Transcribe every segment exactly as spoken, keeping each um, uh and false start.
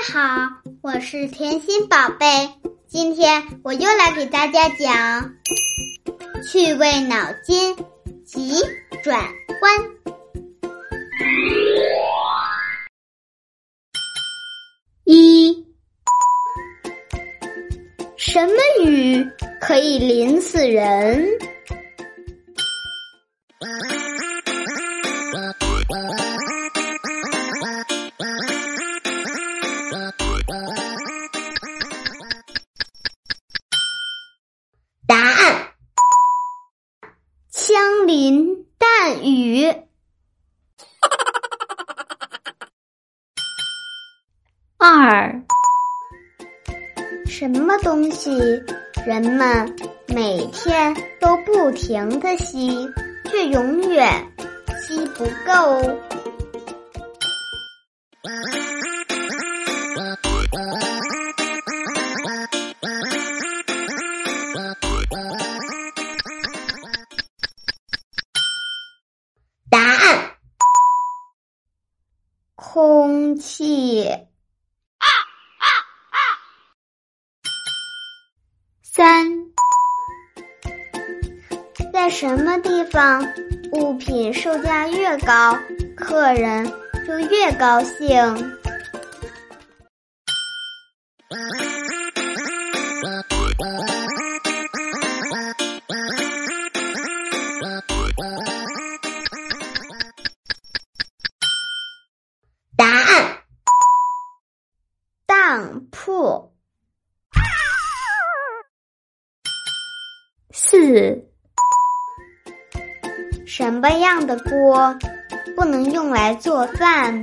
好，我是甜心宝贝，今天我又来给大家讲趣味脑筋急转弯。一，什么雨可以淋死人？答案：枪林弹雨。二，什么东西人们每天都不停地吸，却永远吸不够？答案：空气。三，在什么地方物品售价越高，客人就越高兴？答案：当铺。四，什么样的锅不能用来做饭？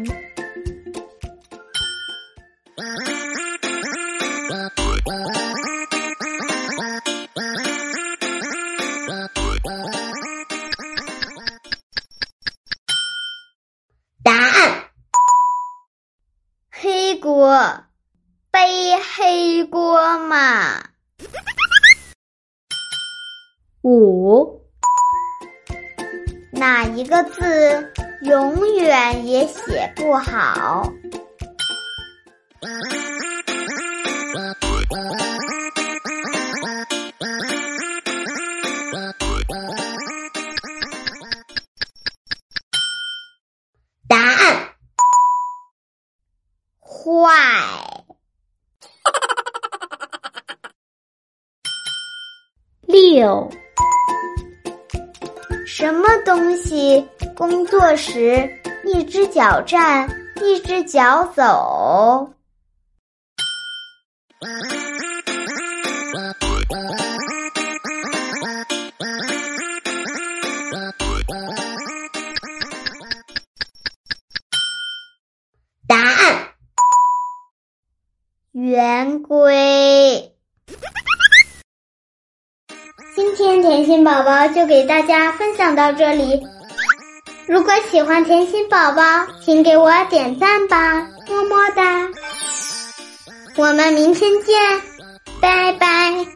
答案：黑锅，背黑锅嘛。五，哪一个字永远也写不好？答案：坏。六，什么东西工作时一只脚站，一只脚走？答案：圆规。今天甜心宝宝就给大家分享到这里，如果喜欢甜心宝宝，请给我点赞吧，么么哒！我们明天见，拜拜。